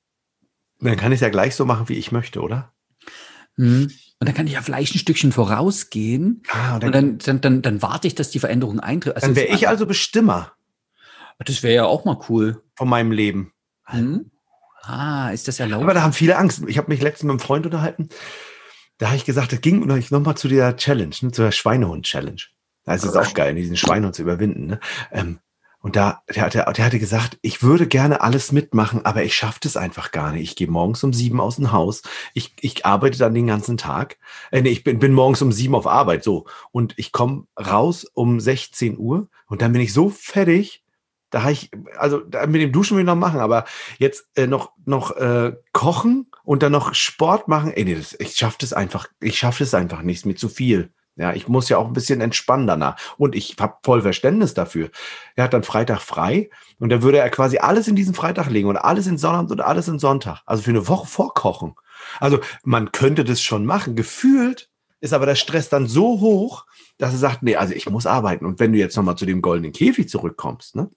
dann kann ich es ja gleich so machen, wie ich möchte, oder? Mhm. Und dann kann ich ja vielleicht ein Stückchen vorausgehen. Ah, und dann, und dann, dann, dann, dann warte ich, dass die Veränderung eintritt. Also dann wäre ich also Bestimmer. Das wäre ja auch mal cool. Von meinem Leben. Mhm. Ah, ist das erlaubt? Aber da haben viele Angst. Ich habe mich letztens mit einem Freund unterhalten. Da habe ich gesagt, das ging nochmal zu der Challenge, ne, zu der Schweinehund-Challenge. Das ist auch geil, diesen Schweinehund zu überwinden. Ne? Ähm, Und da, der, der, der hatte gesagt, ich würde gerne alles mitmachen, aber ich schaffe das einfach gar nicht. Ich gehe morgens um sieben aus dem Haus. Ich, ich arbeite dann den ganzen Tag. Äh, nee, ich bin, bin morgens um sieben auf Arbeit, so. Und ich komme raus um sechzehn Uhr und dann bin ich so fertig. Da habe ich, also da mit dem Duschen will ich noch machen, aber jetzt äh, noch, noch äh, kochen und dann noch Sport machen. Ey, nee, das, ich schaffe das einfach, ich schaffe das einfach nicht, ist mir zu viel. Ja, ich muss ja auch ein bisschen entspannen danach. Und ich habe voll Verständnis dafür. Er hat dann Freitag frei und da würde er quasi alles in diesen Freitag legen und alles in Sonnabend und alles in Sonntag. Also für eine Woche vorkochen. Also man könnte das schon machen. Gefühlt ist aber der Stress dann so hoch, dass er sagt, nee, also ich muss arbeiten. Und wenn du jetzt nochmal zu dem goldenen Käfig zurückkommst, ne,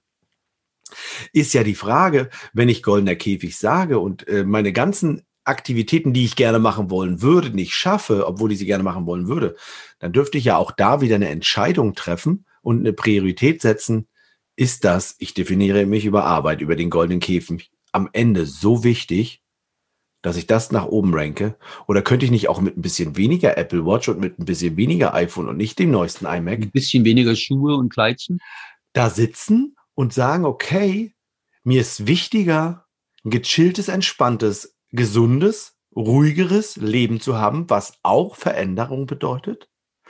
ist ja die Frage, wenn ich goldener Käfig sage und äh, meine ganzen Aktivitäten, die ich gerne machen wollen würde, nicht schaffe, obwohl ich sie gerne machen wollen würde, dann dürfte ich ja auch da wieder eine Entscheidung treffen und eine Priorität setzen. Ist das, ich definiere mich über Arbeit, über den goldenen Käfig, am Ende so wichtig, dass ich das nach oben ranke? Oder könnte ich nicht auch mit ein bisschen weniger Apple Watch und mit ein bisschen weniger iPhone und nicht dem neuesten iMac ein bisschen weniger Schuhe und Kleidchen da sitzen und sagen, okay, mir ist wichtiger, ein gechilltes, entspanntes, gesundes, ruhigeres Leben zu haben, was auch Veränderung bedeutet,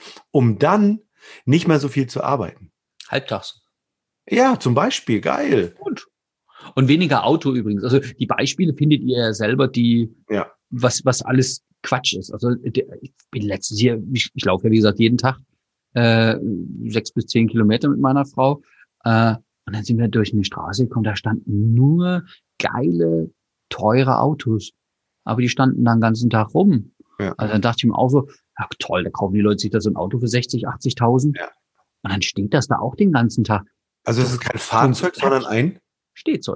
um dann nicht mehr so viel zu arbeiten. Halbtags. Ja, zum Beispiel, geil. Gut. Und weniger Auto übrigens. Also die Beispiele findet ihr ja selber, die ja. was was alles Quatsch ist. Also ich bin letztes Jahr, ich, ich laufe ja wie gesagt jeden Tag äh, sechs bis zehn Kilometer mit meiner Frau. Äh, und dann sind wir durch eine Straße gekommen, da standen nur geile, teure Autos. Aber die standen dann den ganzen Tag rum. Ja. Also dann dachte ich mir auch so, ja toll, da kaufen die Leute sich da so ein Auto für sechzig, achtzigtausend. Ja. Und dann steht das da auch den ganzen Tag. Also es ist kein Fahrzeug, sondern ein Stehzeug.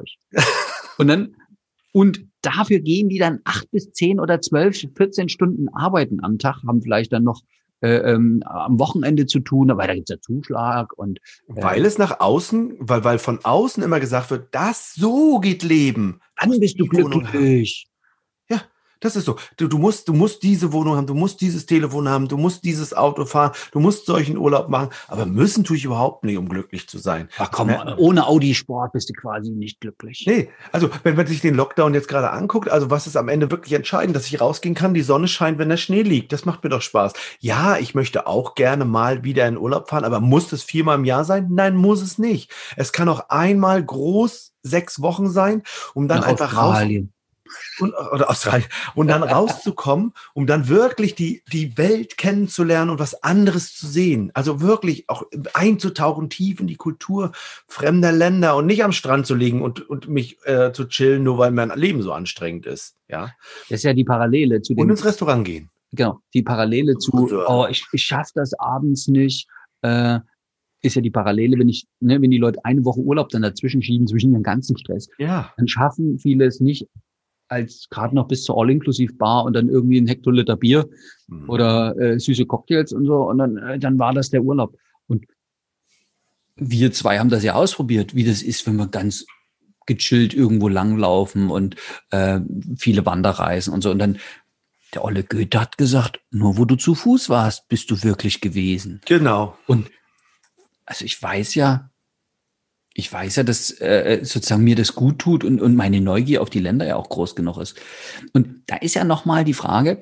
Und dann, und dafür gehen die dann acht bis zehn oder zwölf, vierzehn Stunden arbeiten am Tag, haben vielleicht dann noch Äh, ähm, am Wochenende zu tun, weil da gibt's ja Zuschlag und äh, weil es nach außen, weil weil von außen immer gesagt wird, das so geht Leben. Dann bist du glücklich. Ja, das ist so. Du, du musst, du musst diese Wohnung haben, du musst dieses Telefon haben, du musst dieses Auto fahren, du musst solchen Urlaub machen. Aber müssen tue ich überhaupt nicht, um glücklich zu sein. Ach komm, ohne Audi Sport bist du quasi nicht glücklich. Nee, also wenn man sich den Lockdown jetzt gerade anguckt, also was ist am Ende wirklich entscheidend, dass ich rausgehen kann, die Sonne scheint, wenn der Schnee liegt. Das macht mir doch Spaß. Ja, ich möchte auch gerne mal wieder in Urlaub fahren, aber muss das viermal im Jahr sein? Nein, muss es nicht. Es kann auch einmal groß sechs Wochen sein, um dann Nach einfach Australien. raus... Und, oder Australien. Und dann rauszukommen, um dann wirklich die, die Welt kennenzulernen und was anderes zu sehen. Also wirklich auch einzutauchen tief in die Kultur fremder Länder und nicht am Strand zu liegen und, und mich äh, zu chillen, nur weil mein Leben so anstrengend ist. Ja. Das ist ja die Parallele zu dem. Und ins Restaurant gehen. Genau. Die Parallele zu, oh, ich, ich schaffe das abends nicht. Äh, ist ja die Parallele, wenn ich, ne, wenn die Leute eine Woche Urlaub dann dazwischen schieben, zwischen ihrem ganzen Stress, ja. dann schaffen viele es nicht, als gerade noch bis zur All-Inclusive-Bar und dann irgendwie ein Hektoliter Bier mhm. oder äh, süße Cocktails und so und dann, äh, dann war das der Urlaub. Und wir zwei haben das ja ausprobiert, wie das ist, wenn wir ganz gechillt irgendwo langlaufen und äh, viele Wanderreisen und so. Und dann der Olle Goethe hat gesagt, nur wo du zu Fuß warst, bist du wirklich gewesen. Genau. Und also ich weiß ja, ich weiß ja, dass äh, sozusagen mir das gut tut und, und meine Neugier auf die Länder ja auch groß genug ist. Und da ist ja nochmal die Frage,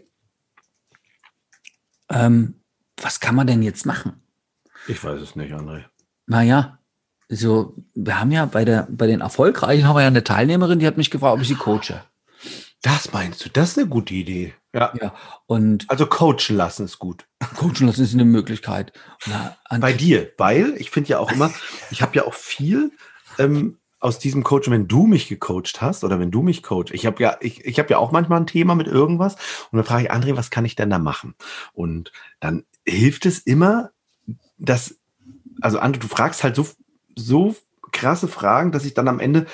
ähm, was kann man denn jetzt machen? Ich weiß es nicht, André. Naja, so, wir haben ja bei der, bei den Erfolgreichen haben wir ja eine Teilnehmerin, die hat mich gefragt, ob ich sie coache. Das meinst du? Das ist eine gute Idee. Ja. ja. Und also coachen lassen ist gut. Coachen lassen ist eine Möglichkeit. Na, bei dir, weil ich finde ja auch immer, ich habe ja auch viel ähm, aus diesem Coaching, wenn du mich gecoacht hast oder wenn du mich coachst. Ich habe ja, ich, ich habe ja auch manchmal ein Thema mit irgendwas und dann frage ich André, was kann ich denn da machen? Und dann hilft es immer, dass, also André, du fragst halt so so krasse Fragen, dass ich dann am Ende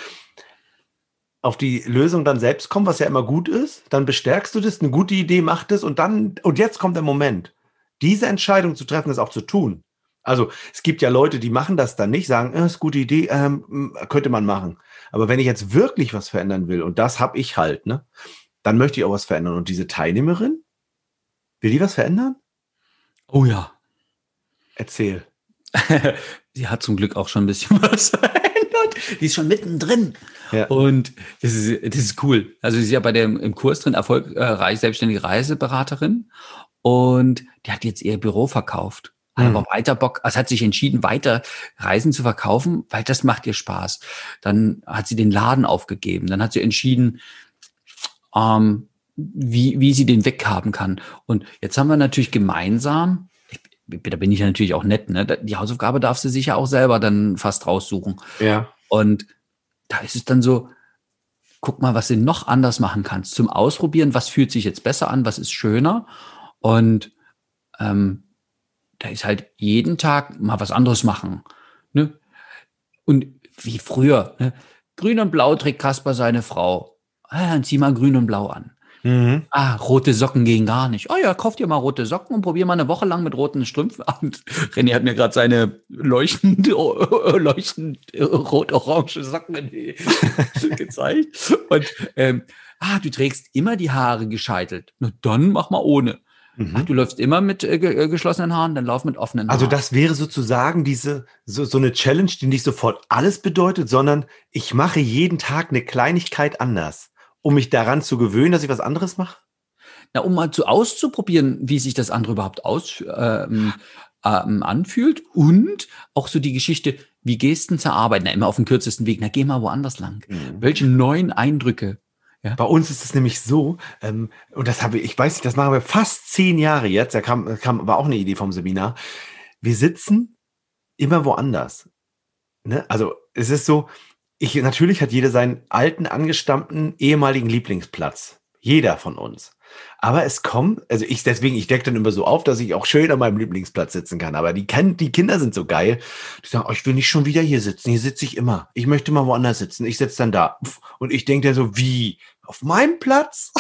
auf die Lösung dann selbst komme, was ja immer gut ist. Dann bestärkst du das, eine gute Idee, mach das und dann, und jetzt kommt der Moment, diese Entscheidung zu treffen, das auch zu tun. Also es gibt ja Leute, die machen das dann nicht, sagen, äh, ist eine gute Idee, ähm, könnte man machen. Aber wenn ich jetzt wirklich was verändern will, und das habe ich halt, ne, dann möchte ich auch was verändern. Und diese Teilnehmerin, will die was verändern? Oh ja. Erzähl. Sie hat zum Glück auch schon ein bisschen was verändert. Die ist schon mittendrin. Ja. Und das ist, das ist cool. Also sie ist ja bei dem im Kurs drin, erfolgreich selbstständige Reiseberaterin. Und die hat jetzt ihr Büro verkauft. Hat mhm. aber weiter Bock, also hat sich entschieden, weiter Reisen zu verkaufen, weil das macht ihr Spaß. Dann hat sie den Laden aufgegeben. Dann hat sie entschieden, ähm, wie, wie sie den weghaben kann. Und jetzt haben wir natürlich gemeinsam, da bin ich ja natürlich auch nett, ne? Die Hausaufgabe darf sie sich ja auch selber dann fast raussuchen. Ja. Und da ist es dann so, guck mal, was du noch anders machen kannst. Zum Ausprobieren, was fühlt sich jetzt besser an, was ist schöner. Und ähm, da ist halt jeden Tag mal was anderes machen. Ne? Und wie früher, ne? Grün und Blau trägt Kasper seine Frau. Ah, dann zieh mal Grün und Blau an. Mhm. Ah, rote Socken gehen gar nicht. Oh ja, kauf dir mal rote Socken und probier mal eine Woche lang mit roten Strümpfen an. René hat mir gerade seine leuchtend, leuchtend rot-orange Socken gezeigt. Und ähm, ah, du trägst immer die Haare gescheitelt. Na dann mach mal ohne. Mhm. Ach, du läufst immer mit äh, geschlossenen Haaren, dann lauf mit offenen Haaren. Also das wäre sozusagen diese so, so eine Challenge, die nicht sofort alles bedeutet, sondern ich mache jeden Tag eine Kleinigkeit anders. Um mich daran zu gewöhnen, dass ich was anderes mache? Na, um mal zu auszuprobieren, wie sich das andere überhaupt aus, ähm, ähm, anfühlt. Und auch so die Geschichte, wie gehst du zur Arbeit? Na, immer auf dem kürzesten Weg. Na, geh mal woanders lang. Mhm. Welche neuen Eindrücke? Ja? Bei uns ist es nämlich so, ähm, und das habe ich, ich weiß nicht, das machen wir fast zehn Jahre jetzt, da kam, kam war auch eine Idee vom Seminar. Wir sitzen immer woanders. Ne? Also es ist so, Ich, natürlich hat jeder seinen alten, angestammten, ehemaligen Lieblingsplatz. Jeder von uns. Aber es kommt, also ich deswegen, ich decke dann immer so auf, dass ich auch schön an meinem Lieblingsplatz sitzen kann. Aber die, die Kinder sind so geil. Die sagen, oh, ich will nicht schon wieder hier sitzen. Hier sitze ich immer. Ich möchte mal woanders sitzen. Ich sitze dann da. Und ich denke dann so, wie? Auf meinem Platz?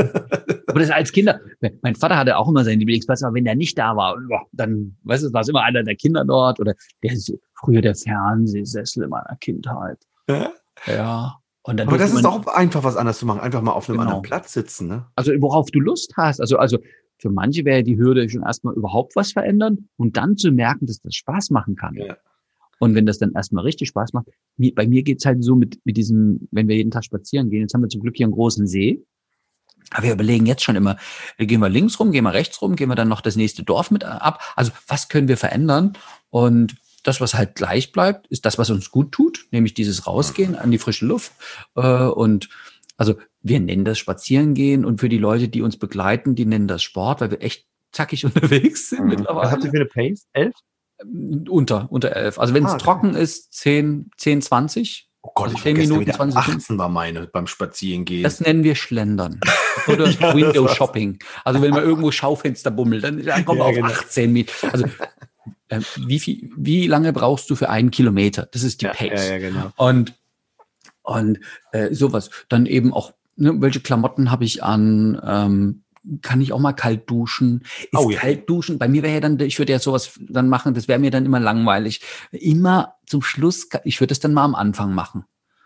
Aber das als Kinder. Mein Vater hatte auch immer seinen Lieblingsplatz, aber wenn der nicht da war, dann, weißt du, war es immer einer der Kinder dort oder der früher der Fernsehsessel in meiner Kindheit. Ja. ja. Und dann aber das ist auch einfach was anderes zu machen. Einfach mal auf einem genau. anderen Platz sitzen. Ne? Also worauf du Lust hast. Also, also für manche wäre die Hürde schon erstmal überhaupt was verändern und dann zu merken, dass das Spaß machen kann. Ja. Und wenn das dann erstmal richtig Spaß macht, mir, bei mir geht's halt so mit, mit diesem, wenn wir jeden Tag spazieren gehen, jetzt haben wir zum Glück hier einen großen See. Aber wir überlegen jetzt schon immer, gehen wir links rum, gehen wir rechts rum, gehen wir dann noch das nächste Dorf mit ab. Also was können wir verändern? Und das, was halt gleich bleibt, ist das, was uns gut tut, nämlich dieses Rausgehen an die frische Luft. Und also wir nennen das Spazierengehen und für die Leute, die uns begleiten, die nennen das Sport, weil wir echt zackig unterwegs sind mhm. mittlerweile. Was habt ihr für eine Pace? Elf? Unter, unter elf. Also wenn es ah, okay. trocken ist, zehn, zehn, zwanzig. Oh Gott, ich zehn Minuten, zwanzig achtzehn war meine beim Spazierengehen. Das nennen wir Schlendern. Oder ja, Window Shopping. Also wenn man irgendwo Schaufenster bummelt, dann, dann kommen wir ja, auf genau. achtzehn Minuten. Also äh, wie viel, wie lange brauchst du für einen Kilometer? Das ist die ja, Pace. Ja, ja, genau. Und, und äh, sowas. Dann eben auch, ne, welche Klamotten habe ich an, ähm, kann ich auch mal kalt duschen? Ist oh, ja. kalt duschen? Bei mir wäre ja dann, ich würde ja sowas dann machen, das wäre mir dann immer langweilig. Immer zum Schluss, ich würde es dann mal am Anfang machen.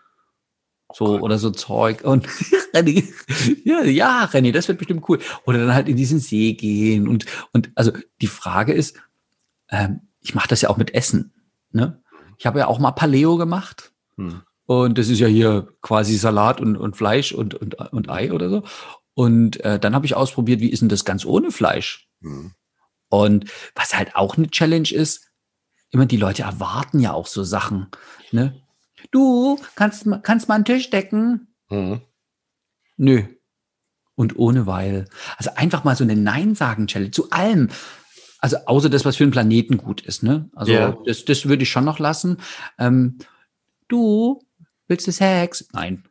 So, oh oder so Zeug. Und René, ja, ja, René, das wird bestimmt cool. Oder dann halt in diesen See gehen. Und, und also die Frage ist, ähm, ich mache das ja auch mit Essen. Ne? Ich habe ja auch mal Paleo gemacht. Hm. Und das ist ja hier quasi Salat und, und Fleisch und, und, und Ei oder so. Und äh, dann habe ich ausprobiert, wie ist denn das ganz ohne Fleisch? Hm. Und was halt auch eine Challenge ist, immer die Leute erwarten ja auch so Sachen. Ne? Du, kannst, kannst mal einen Tisch decken? Hm. Nö. Und ohne weil. Also einfach mal so eine Nein-Sagen-Challenge zu allem. Also außer das, was für den Planeten gut ist. Ne? Also yeah. das, das würde ich schon noch lassen. Ähm, du... Willst du Sex? Nein.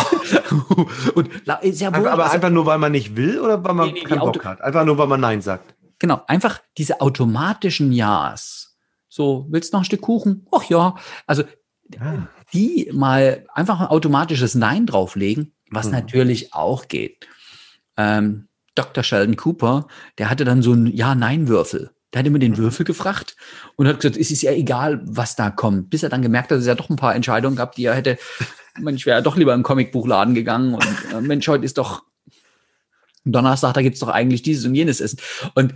Und, ist ja wohl, aber aber also, einfach nur, weil man nicht will oder weil man nee, nee, keinen Bock hat? Einfach nur, weil man Nein sagt. Genau, einfach diese automatischen Ja's. So, willst du noch ein Stück Kuchen? Ach ja. Also ah. die mal einfach ein automatisches Nein drauflegen, was hm. natürlich auch geht. Ähm, Doktor Sheldon Cooper, der hatte dann so einen Ja-Nein-Würfel. Der hat immer den Würfel gefragt und hat gesagt, es ist ja egal, was da kommt. Bis er dann gemerkt hat, dass er doch ein paar Entscheidungen gab, die er hätte, Mensch, wäre er doch lieber im Comicbuchladen gegangen und äh, Mensch, heute ist doch Donnerstag, da gibt's doch eigentlich dieses und jenes Essen. Und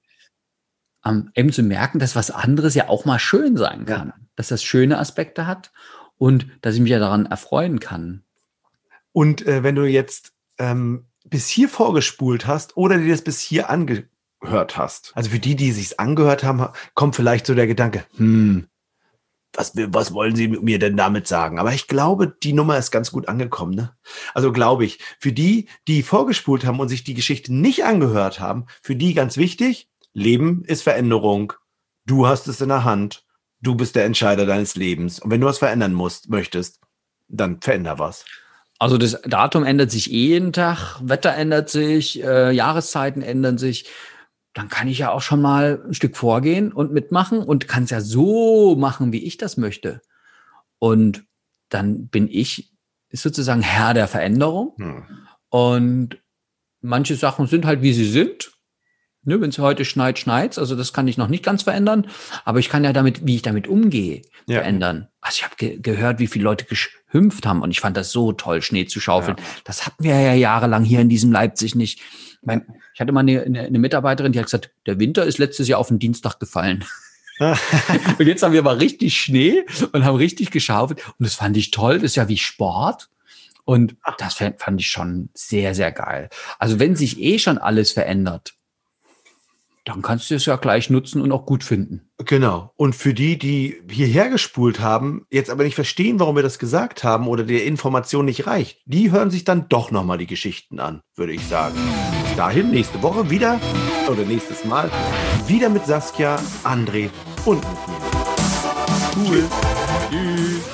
ähm, eben zu merken, dass was anderes ja auch mal schön sein kann. Ja. Dass das schöne Aspekte hat und dass ich mich ja daran erfreuen kann. Und äh, wenn du jetzt ähm, bis hier vorgespult hast oder dir das bis hier ange gehört hast. Also für die, die sich's angehört haben, kommt vielleicht so der Gedanke, hm, was, was wollen sie mir denn damit sagen? Aber ich glaube, die Nummer ist ganz gut angekommen, ne? Also glaube ich, für die, die vorgespult haben und sich die Geschichte nicht angehört haben, für die ganz wichtig, Leben ist Veränderung. Du hast es in der Hand. Du bist der Entscheider deines Lebens. Und wenn du was verändern musst, möchtest, dann veränder was. Also das Datum ändert sich jeden Tag, Wetter ändert sich, äh, Jahreszeiten ändern sich. Dann kann ich ja auch schon mal ein Stück vorgehen und mitmachen und kann es ja so machen, wie ich das möchte. Und dann bin ich sozusagen Herr der Veränderung. Hm. Und manche Sachen sind halt, wie sie sind. Ne, wenn es heute schneit, schneit's. Also das kann ich noch nicht ganz verändern. Aber ich kann ja damit, wie ich damit umgehe, ja. verändern. Also ich habe ge- gehört, wie viele Leute geschimpft haben. Und ich fand das so toll, Schnee zu schaufeln. Ja. Das hatten wir ja jahrelang hier in diesem Leipzig nicht. Ich, mein, ich hatte mal eine, eine, eine Mitarbeiterin, die hat gesagt, der Winter ist letztes Jahr auf den Dienstag gefallen. Und jetzt haben wir mal richtig Schnee und haben richtig geschaufelt. Und das fand ich toll. Das ist ja wie Sport. Und das fand ich schon sehr, sehr geil. Also wenn sich eh schon alles verändert, dann kannst du es ja gleich nutzen und auch gut finden. Genau. Und für die, die hierher gespult haben, jetzt aber nicht verstehen, warum wir das gesagt haben oder der Information nicht reicht, die hören sich dann doch nochmal die Geschichten an, würde ich sagen. Bis dahin, nächste Woche wieder, oder nächstes Mal, wieder mit Saskia, André und mit mir. Cool. Tschüss. Tschüss.